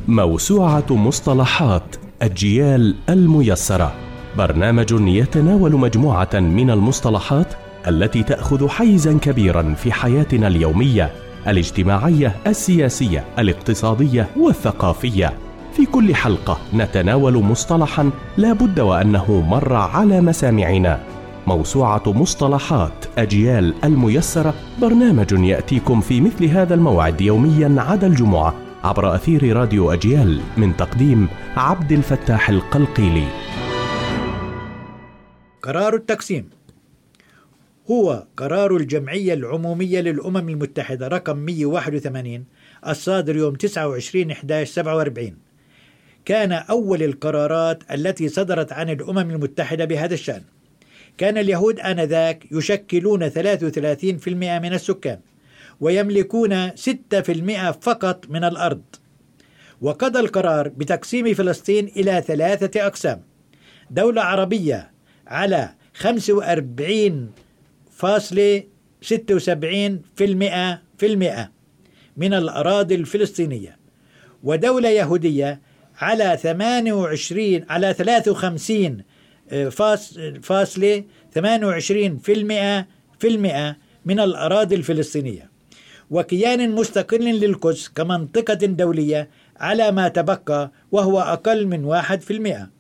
موسوعة مصطلحات أجيال الميسرة، برنامج يتناول مجموعة من المصطلحات التي تأخذ حيزا كبيرا في حياتنا اليومية الاجتماعية، السياسية، الاقتصادية والثقافية. في كل حلقة نتناول مصطلحا لا بد وأنه مر على مسامعنا. موسوعة مصطلحات أجيال الميسرة، برنامج يأتيكم في مثل هذا الموعد يوميا عدا الجمعة عبر أثير راديو أجيال، من تقديم عبد الفتاح القلقيلي. قرار التقسيم هو قرار الجمعية العمومية للأمم المتحدة رقم 181 الصادر يوم 29/11/47. كان أول القرارات التي صدرت عن الأمم المتحدة بهذا الشأن. كان اليهود آنذاك يشكلون 33% من السكان ويملكون 6% فقط من الأرض. وقضى القرار بتقسيم فلسطين إلى 3 أقسام: دولة عربية على 45.76% من الأراضي الفلسطينية، ودولة يهودية على 23.28% من الأراضي الفلسطينية، وكيان مستقل للقدس كمنطقة دولية على ما تبقى وهو أقل من 1%.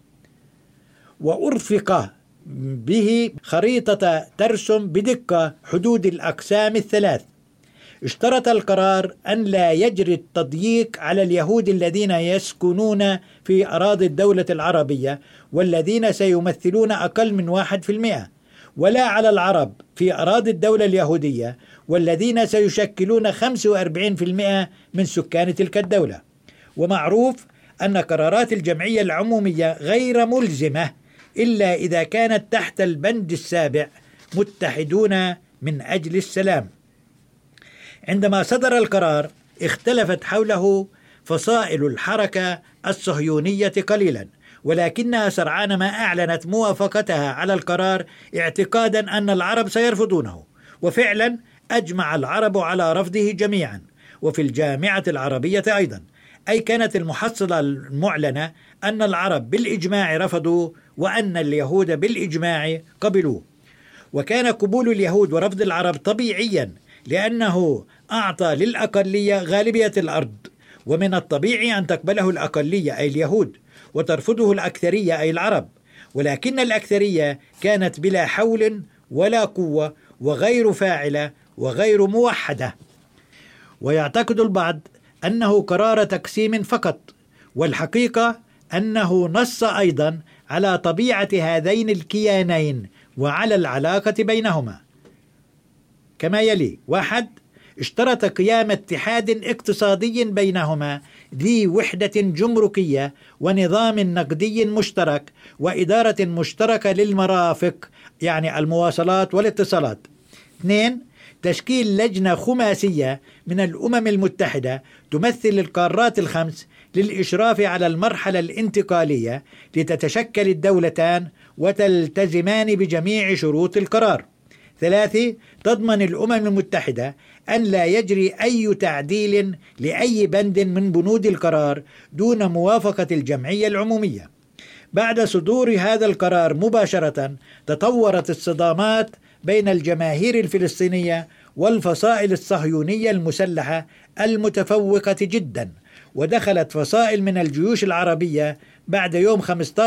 وأرفق به خريطة ترسم بدقة حدود الأقسام الثلاث. اشترط القرار أن لا يجري التضييق على اليهود الذين يسكنون في أراضي الدولة العربية والذين سيمثلون أقل من 1%، ولا على العرب في أراضي الدولة اليهودية والذين سيشكلون 45% من سكان تلك الدولة. ومعروف أن قرارات الجمعية العمومية غير ملزمة إلا إذا كانت تحت البند السابع: متحدون من أجل السلام. عندما صدر القرار اختلفت حوله فصائل الحركة الصهيونية قليلا، ولكنها سرعان ما أعلنت موافقتها على القرار اعتقادا أن العرب سيرفضونه، وفعلا أجمع العرب على رفضه جميعا، وفي الجامعة العربية أيضا، أي كانت المحصلة المعلنة أن العرب بالإجماع رفضوا وأن اليهود بالإجماع قبلوا. وكان قبول اليهود ورفض العرب طبيعيا، لأنه أعطى للأقلية غالبية الأرض، ومن الطبيعي أن تقبله الأقلية أي اليهود وترفضه الأكثرية أي العرب، ولكن الأكثرية كانت بلا حول ولا قوة وغير فاعلة وغير موحدة. ويعتقد البعض أنه قرار تقسيم فقط، والحقيقة أنه نص أيضا على طبيعة هذين الكيانين وعلى العلاقة بينهما كما يلي: 1. اشترط قيام اتحاد اقتصادي بينهما ذي وحدة جمركية ونظام نقدي مشترك وإدارة مشتركة للمرافق، يعني المواصلات والاتصالات. 2. تشكيل لجنة خماسية من الأمم المتحدة تمثل القارات الخمس للإشراف على المرحلة الانتقالية لتتشكل الدولتان وتلتزمان بجميع شروط القرار. 3. تضمن الأمم المتحدة أن لا يجري أي تعديل لأي بند من بنود القرار دون موافقة الجمعية العمومية. بعد صدور هذا القرار مباشرة تطورت الصدامات بين الجماهير الفلسطينية والفصائل الصهيونية المسلحة المتفوقة جدا، ودخلت فصائل من الجيوش العربية بعد يوم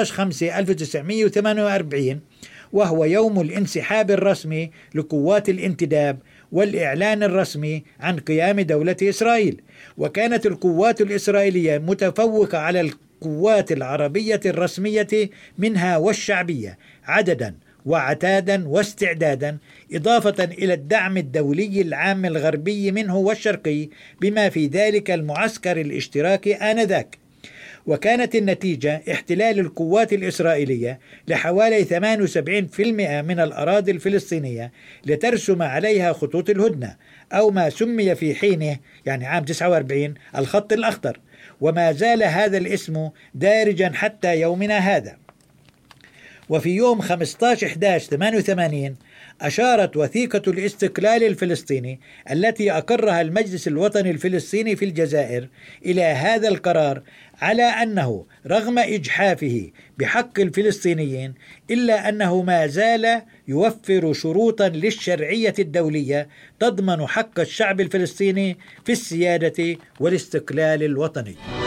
15/5/1948، وهو يوم الانسحاب الرسمي لقوات الانتداب والإعلان الرسمي عن قيام دولة إسرائيل. وكانت القوات الإسرائيلية متفوقة على القوات العربية الرسمية منها والشعبية عددا وعتادا واستعدادا، إضافة إلى الدعم الدولي العام الغربي منه والشرقي، بما في ذلك المعسكر الاشتراكي آنذاك. وكانت النتيجة احتلال القوات الإسرائيلية لحوالي 78% من الأراضي الفلسطينية لترسم عليها خطوط الهدنة، أو ما سمي في حينه يعني عام 49 الخط الأخضر، وما زال هذا الاسم دارجا حتى يومنا هذا. وفي يوم 15/11/88 أشارت وثيقة الاستقلال الفلسطيني التي أقرها المجلس الوطني الفلسطيني في الجزائر إلى هذا القرار على أنه رغم إجحافه بحق الفلسطينيين إلا أنه ما زال يوفر شروطا للشرعية الدولية تضمن حق الشعب الفلسطيني في السيادة والاستقلال الوطني.